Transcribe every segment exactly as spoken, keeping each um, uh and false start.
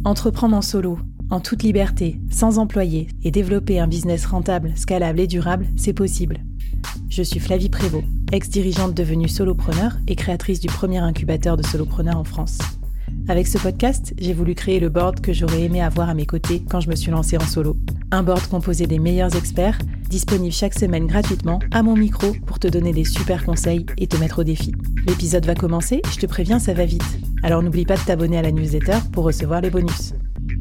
Entreprendre en solo, en toute liberté, sans employé et développer un business rentable, scalable et durable, c'est possible. Je suis Flavie Prévost, ex-dirigeante devenue solopreneur et créatrice du premier incubateur de solopreneurs en France. Avec ce podcast, j'ai voulu créer le board que j'aurais aimé avoir à mes côtés quand je me suis lancée en solo. Un board composé des meilleurs experts, disponible chaque semaine gratuitement à mon micro pour te donner des super conseils et te mettre au défi. L'épisode va commencer, je te préviens, ça va vite. Alors n'oublie pas de t'abonner à la newsletter pour recevoir les bonus.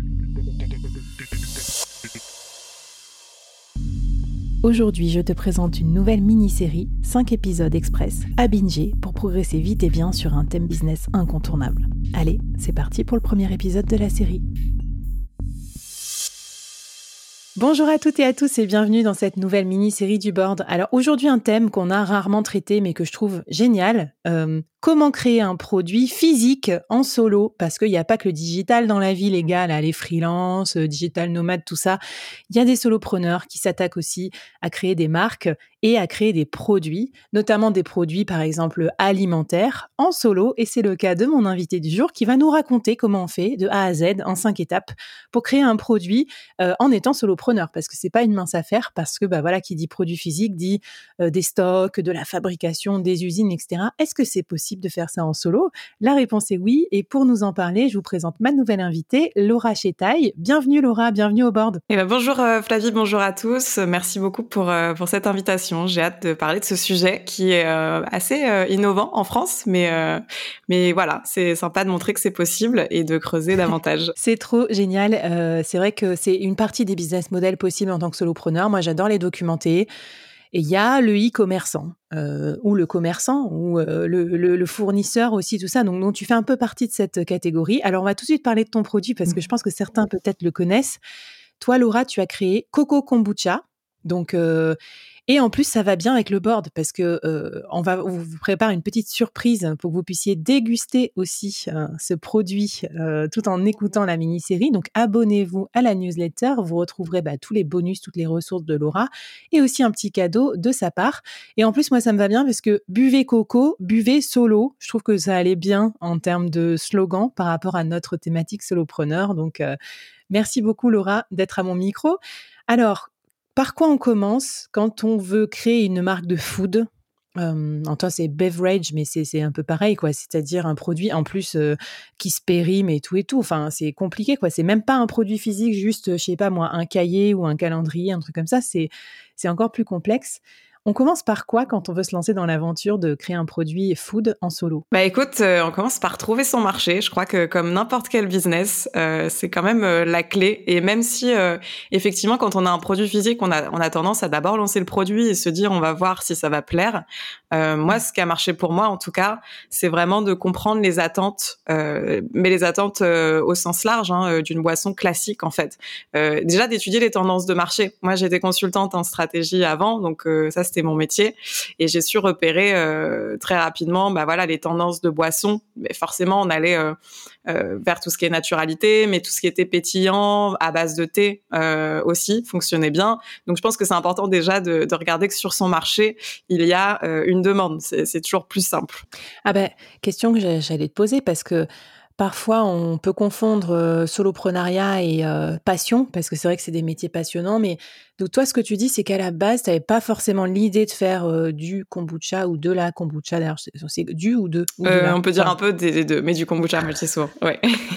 Aujourd'hui, je te présente une nouvelle mini-série, cinq épisodes express à binger pour progresser vite et bien sur un thème business incontournable. Allez, c'est parti pour le premier épisode de la série. Bonjour à toutes et à tous et bienvenue dans cette nouvelle mini-série du board. Alors aujourd'hui, un thème qu'on a rarement traité mais que je trouve génial. Euh, comment créer un produit physique en solo? Parce qu'il n'y a pas que le digital dans la vie, les gars, là, les freelances, digital nomades, tout ça. Il y a des solopreneurs qui s'attaquent aussi à créer des marques et à créer des produits, notamment des produits, par exemple, alimentaires, en solo. Et c'est le cas de mon invité du jour qui va nous raconter comment on fait de A à Z en cinq étapes pour créer un produit euh, en étant solopreneur. Parce que c'est pas une mince affaire, parce que, bah voilà, qui dit produit physique dit euh, des stocks, de la fabrication, des usines, et cetera. Est-ce que c'est possible de faire ça en solo? La réponse est oui. Et pour nous en parler, je vous présente ma nouvelle invitée, Laura Chetaille. Bienvenue Laura, bienvenue au board. Eh ben, bonjour euh, Flavie, bonjour à tous. Merci beaucoup pour, euh, pour cette invitation. J'ai hâte de parler de ce sujet qui est euh, assez euh, innovant en France, mais, euh, mais voilà, c'est sympa de montrer que c'est possible et de creuser davantage. C'est trop génial. Euh, c'est vrai que c'est une partie des business models possibles en tant que solopreneur. Moi, j'adore les documenter. Et il y a le e-commerçant, euh, ou le commerçant, ou euh, le, le, le fournisseur aussi, tout ça. Donc, donc, tu fais un peu partie de cette catégorie. Alors, on va tout de suite parler de ton produit parce que je pense que certains peut-être le connaissent. Toi, Laura, tu as créé Coco Kombucha. Donc, euh, et en plus, ça va bien avec le board parce que euh, on va on vous prépare une petite surprise pour que vous puissiez déguster aussi euh, ce produit euh, tout en écoutant la mini-série. Donc, abonnez-vous à la newsletter. Vous retrouverez bah, tous les bonus, toutes les ressources de Laura et aussi un petit cadeau de sa part. Et en plus, moi, ça me va bien parce que buvez coco, buvez solo. Je trouve que ça allait bien en termes de slogan par rapport à notre thématique solopreneur. Donc, euh, merci beaucoup, Laura, d'être à mon micro. Alors, par quoi on commence quand on veut créer une marque de food? Euh, en toi, c'est beverage, mais c'est, c'est un peu pareil, quoi. C'est-à-dire un produit en plus euh, qui se périme et tout et tout. Enfin, c'est compliqué, quoi. C'est même pas un produit physique, juste, je sais pas moi, un cahier ou un calendrier, un truc comme ça. C'est, c'est encore plus complexe. On commence par quoi quand on veut se lancer dans l'aventure de créer un produit food en solo? Bah écoute, euh, on commence par trouver son marché. Je crois que comme n'importe quel business, euh, c'est quand même euh, la clé. Et même si euh, effectivement, quand on a un produit physique, on a on a tendance à d'abord lancer le produit et se dire on va voir si ça va plaire. Euh, moi, ce qui a marché pour moi, en tout cas, c'est vraiment de comprendre les attentes, euh, mais les attentes euh, au sens large hein, d'une boisson classique en fait. Euh, déjà d'étudier les tendances de marché. Moi, j'étais consultante en stratégie avant, donc euh, ça c'était mon métier et j'ai su repérer euh, très rapidement bah voilà les tendances de boissons. Mais forcément on allait euh, euh, vers tout ce qui est naturalité, mais tout ce qui était pétillant à base de thé euh, aussi fonctionnait bien. Donc je pense que c'est important déjà de, de regarder que sur son marché il y a euh, une demande. C'est, c'est toujours plus simple. Ah ben, question que j'allais te poser parce que parfois, on peut confondre euh, soloprenariat et euh, passion, parce que c'est vrai que c'est des métiers passionnants. Mais donc toi, ce que tu dis, c'est qu'à la base, tu n'avais pas forcément l'idée de faire euh, du kombucha ou de la kombucha. D'ailleurs, c'est, c'est du ou de, ou de Euh, la. on peut dire Enfin, un peu des, des deux, mais du kombucha, moi je dis souvent. Ouais.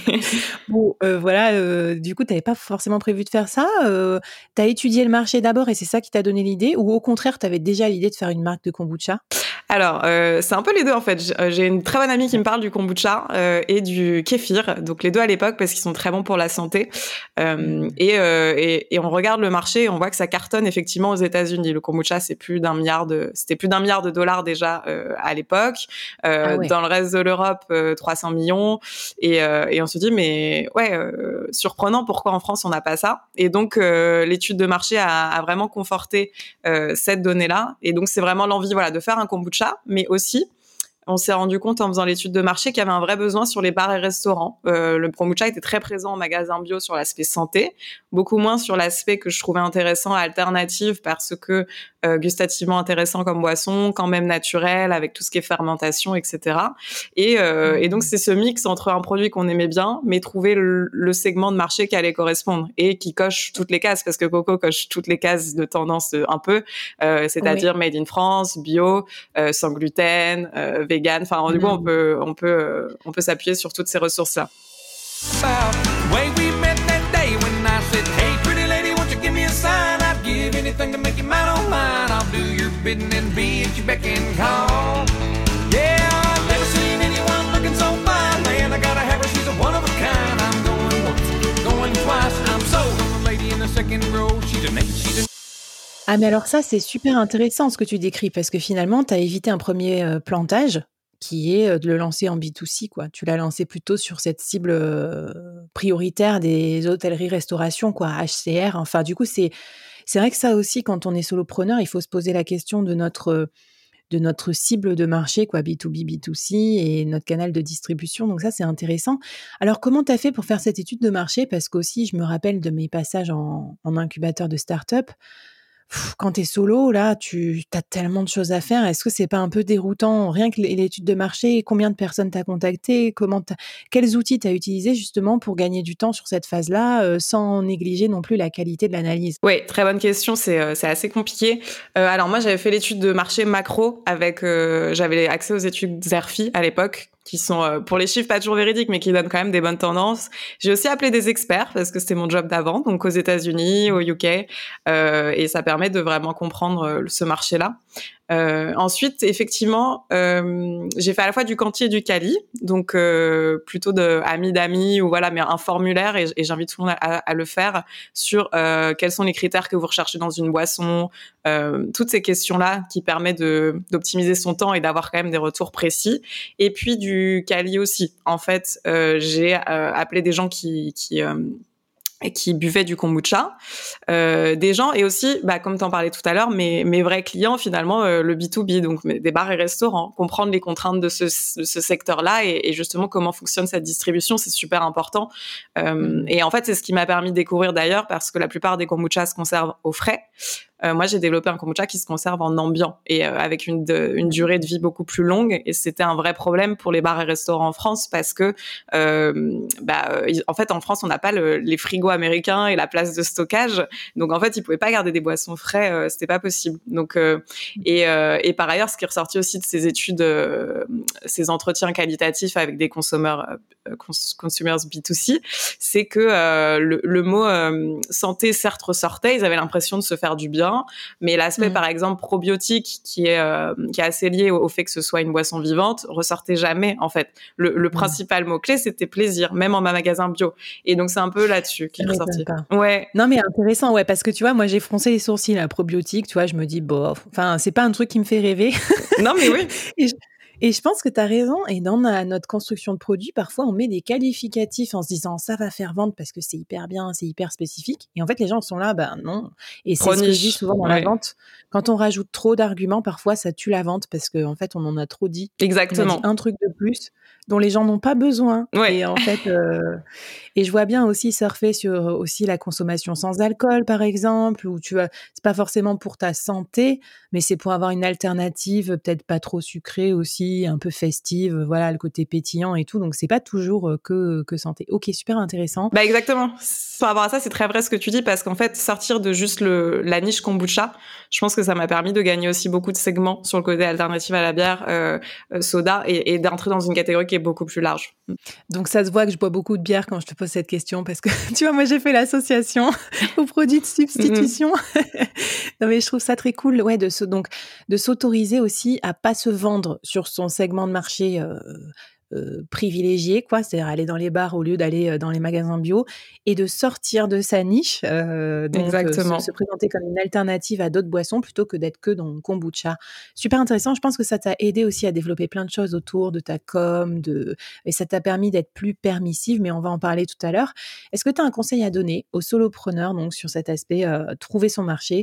bon, euh, voilà. Euh, du coup, tu n'avais pas forcément prévu de faire ça. Euh, tu as étudié le marché d'abord et c'est ça qui t'a donné l'idée, ou au contraire, tu avais déjà l'idée de faire une marque de kombucha? Alors, euh, c'est un peu les deux en fait. J'ai une très bonne amie qui me parle du kombucha euh, et du kéfir, donc les deux à l'époque parce qu'ils sont très bons pour la santé. Euh, et, euh, et, et on regarde le marché et on voit que ça cartonne effectivement aux États-Unis. Le kombucha, c'est plus d'un milliard de, c'était plus d'un milliard de dollars déjà euh, à l'époque. Euh, Ah ouais. Dans le reste de l'Europe, euh, trois cents millions. Et, euh, et on se dit mais ouais, euh, surprenant, pourquoi en France on n'a pas ça? Et donc euh, l'étude de marché a, a vraiment conforté euh, cette donnée-là. Et donc c'est vraiment l'envie voilà de faire un kombucha, mais aussi on s'est rendu compte en faisant l'étude de marché qu'il y avait un vrai besoin sur les bars et restaurants. Euh, le kombucha était très présent en magasin bio sur l'aspect santé, beaucoup moins sur l'aspect que je trouvais intéressant, alternative, parce que euh, gustativement intéressant comme boisson, quand même naturel, avec tout ce qui est fermentation, et cetera. Et, euh, mmh. et donc, c'est ce mix entre un produit qu'on aimait bien, mais trouver le, le segment de marché qui allait correspondre et qui coche toutes les cases, parce que Coco coche toutes les cases de tendance de, un peu, euh, c'est-à-dire oui. Made in France, bio, euh, sans gluten, euh, vegan. Enfin, du coup, on peut, on peut, euh, on peut s'appuyer sur toutes ces ressources-là. Ah mais alors ça, c'est super intéressant ce que tu décris, parce que finalement, tu as évité un premier euh, plantage qui est de le lancer en B deux C, quoi. Tu l'as lancé plutôt sur cette cible euh, prioritaire des hôtelleries-restauration, quoi, H C R. Enfin, du coup, c'est, c'est vrai que ça aussi, quand on est solopreneur, il faut se poser la question de notre, de notre cible de marché, quoi, B deux B, B deux C, et notre canal de distribution. Donc ça, c'est intéressant. Alors, comment tu as fait pour faire cette étude de marché? Parce qu'aussi, je me rappelle de mes passages en, en incubateur de start-up. Quand tu es solo, là, tu as tellement de choses à faire. Est-ce que c'est pas un peu déroutant? Rien que l'étude de marché, combien de personnes t'as contacté? Comment t'as... Quels outils tu as utilisés justement pour gagner du temps sur cette phase-là, euh, sans négliger non plus la qualité de l'analyse? Oui, très bonne question. C'est, euh, c'est assez compliqué. Euh, alors moi, j'avais fait l'étude de marché macro avec... Euh, j'avais accès aux études Xerfi à l'époque, qui sont, euh, pour les chiffres, pas toujours véridiques, mais qui donnent quand même des bonnes tendances. J'ai aussi appelé des experts, parce que c'était mon job d'avant, donc aux États-Unis, au U K, euh, et ça permet de vraiment comprendre euh, ce marché-là. Euh, ensuite, effectivement, euh, j'ai fait à la fois du quanti et du quali, donc euh, plutôt de amis d'amis ou voilà, mais un formulaire, et, et j'invite tout le monde à, à le faire sur euh, quels sont les critères que vous recherchez dans une boisson, euh, toutes ces questions-là qui permettent de d'optimiser son temps et d'avoir quand même des retours précis. Et puis du quali aussi. En fait, euh, j'ai euh, appelé des gens qui qui euh, qui buvaient du kombucha, euh, des gens, et aussi, bah, comme t'en parlais tout à l'heure, mes, mes vrais clients, finalement, euh, le B deux B, donc des bars et restaurants, comprendre les contraintes de ce, de ce secteur-là et, et justement comment fonctionne cette distribution, c'est super important. Euh, mmh. Et en fait, c'est ce qui m'a permis de découvrir d'ailleurs, parce que la plupart des kombuchas se conservent au frais. Euh, moi, j'ai développé un kombucha qui se conserve en ambiant et euh, avec une, de, une durée de vie beaucoup plus longue. Et c'était un vrai problème pour les bars et restaurants en France parce que, euh, bah, en fait, en France, on n'a pas le, les frigos américains et la place de stockage. Donc, en fait, ils pouvaient pas garder des boissons frais. Euh, c'était pas possible. Donc, euh, et, euh, et par ailleurs, ce qui est ressorti aussi de ces études, euh, ces entretiens qualitatifs avec des consommateurs, euh, cons- consumers B deux C, c'est que euh, le, le mot euh, santé, certes, ressortait. Ils avaient l'impression de se faire du bien. Mais l'aspect, mmh. par exemple, probiotique, qui est, euh, qui est assez lié au, au fait que ce soit une boisson vivante, ressortait jamais, en fait. Le, le mmh. principal mot-clé, c'était plaisir, même en magasin bio. Et donc, c'est un peu là-dessus qu'il est ressorti. Ouais. Non, mais intéressant, ouais, parce que tu vois, moi, j'ai froncé les sourcils à probiotique, tu vois, je me dis, bof, enfin, c'est pas un truc qui me fait rêver. Non, mais oui. Et je... Et je pense que tu as raison. Et dans notre construction de produits, parfois, on met des qualificatifs en se disant ça va faire vendre parce que c'est hyper bien, c'est hyper spécifique. Et en fait, les gens sont là, ben non. Et c'est Trop ce niche. Que je dis souvent dans ouais. la vente. Quand on rajoute trop d'arguments, parfois, ça tue la vente parce qu'en en fait, on en a trop dit. Exactement. On a dit un truc de plus dont les gens n'ont pas besoin. Ouais. Et en fait, euh... et je vois bien aussi surfer sur aussi la consommation sans alcool, par exemple, où tu as, c'est pas forcément pour ta santé, mais c'est pour avoir une alternative peut-être pas trop sucrée aussi, un peu festive, voilà, le côté pétillant et tout. Donc, c'est pas toujours que, que santé. Ok, super intéressant. Bah, exactement. Par rapport à ça, c'est très vrai ce que tu dis, parce qu'en fait, sortir de juste le, la niche kombucha, je pense que ça m'a permis de gagner aussi beaucoup de segments sur le côté alternative à la bière, euh, soda, et, et d'entrer dans une catégorie qui est beaucoup plus large. Donc, ça se voit que je bois beaucoup de bière quand je te pose cette question, parce que, tu vois, moi, j'ai fait l'association aux produits de substitution. Mm-hmm. Non, mais je trouve ça très cool, ouais, de se, donc, de s'autoriser aussi à pas se vendre sur son segment de marché, euh, Euh, privilégié, quoi, c'est-à-dire aller dans les bars au lieu d'aller dans les magasins bio, et de sortir de sa niche, euh, donc Exactement. euh, se, se présenter comme une alternative à d'autres boissons plutôt que d'être que dans le kombucha. Super intéressant. Je pense que ça t'a aidé aussi à développer plein de choses autour de ta com, de... et ça t'a permis d'être plus permissive, mais on va en parler tout à l'heure. Est-ce que tu as un conseil à donner aux solopreneurs donc sur cet aspect euh, trouver son marché,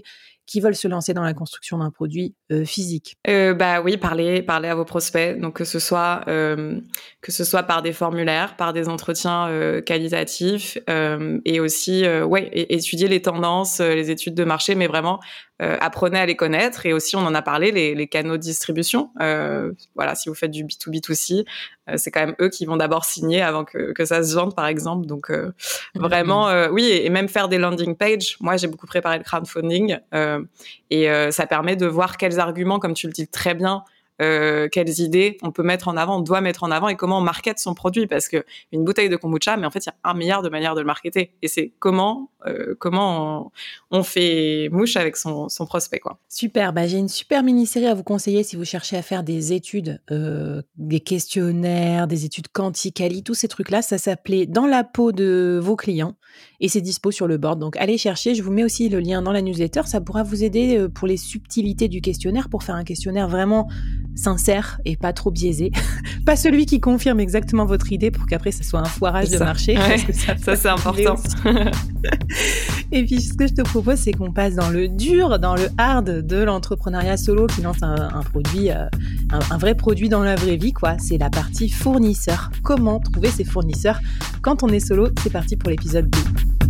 qui veulent se lancer dans la construction d'un produit euh, physique? euh, Bah oui, parler, parler à vos prospects. Donc que ce soit euh, que ce soit par des formulaires, par des entretiens euh, qualitatifs, euh, et aussi euh, ouais, et, étudier les tendances, euh, les études de marché, mais vraiment euh, apprenez à les connaître. Et aussi, on en a parlé, les, les canaux de distribution. Euh, voilà, si vous faites du B deux B deux C, euh, c'est quand même eux qui vont d'abord signer avant que, que ça se vende, par exemple. Donc euh, mmh. vraiment, euh, oui, et, et même faire des landing pages. Moi, j'ai beaucoup préparé le crowdfunding, euh, et euh, ça permet de voir quels arguments, comme tu le dis très bien, Euh, quelles idées on peut mettre en avant, on doit mettre en avant, et comment on market son produit, parce que une bouteille de kombucha, mais en fait il y a un milliard de manières de le marketer, et c'est comment euh, comment on, on fait mouche avec son, son prospect, quoi. Super, bah j'ai une super mini-série à vous conseiller si vous cherchez à faire des études, euh, des questionnaires, des études quanti, quali, tous ces trucs-là. Ça s'appelait Dans la peau de vos clients, et c'est dispo sur le board. Donc allez chercher, je vous mets aussi le lien dans la newsletter, ça pourra vous aider pour les subtilités du questionnaire, pour faire un questionnaire vraiment sincère et pas trop biaisé. Pas celui qui confirme exactement votre idée pour qu'après ça soit un foirage ça. de marché. Ouais, parce que ça, ça c'est important. Et puis ce que je te propose, c'est qu'on passe dans le dur, dans le hard de l'entrepreneuriat solo qui lance un, un produit, euh, un, un vrai produit dans la vraie vie, quoi. C'est la partie fournisseur. Comment trouver ses fournisseurs quand on est solo? C'est parti pour l'épisode deux.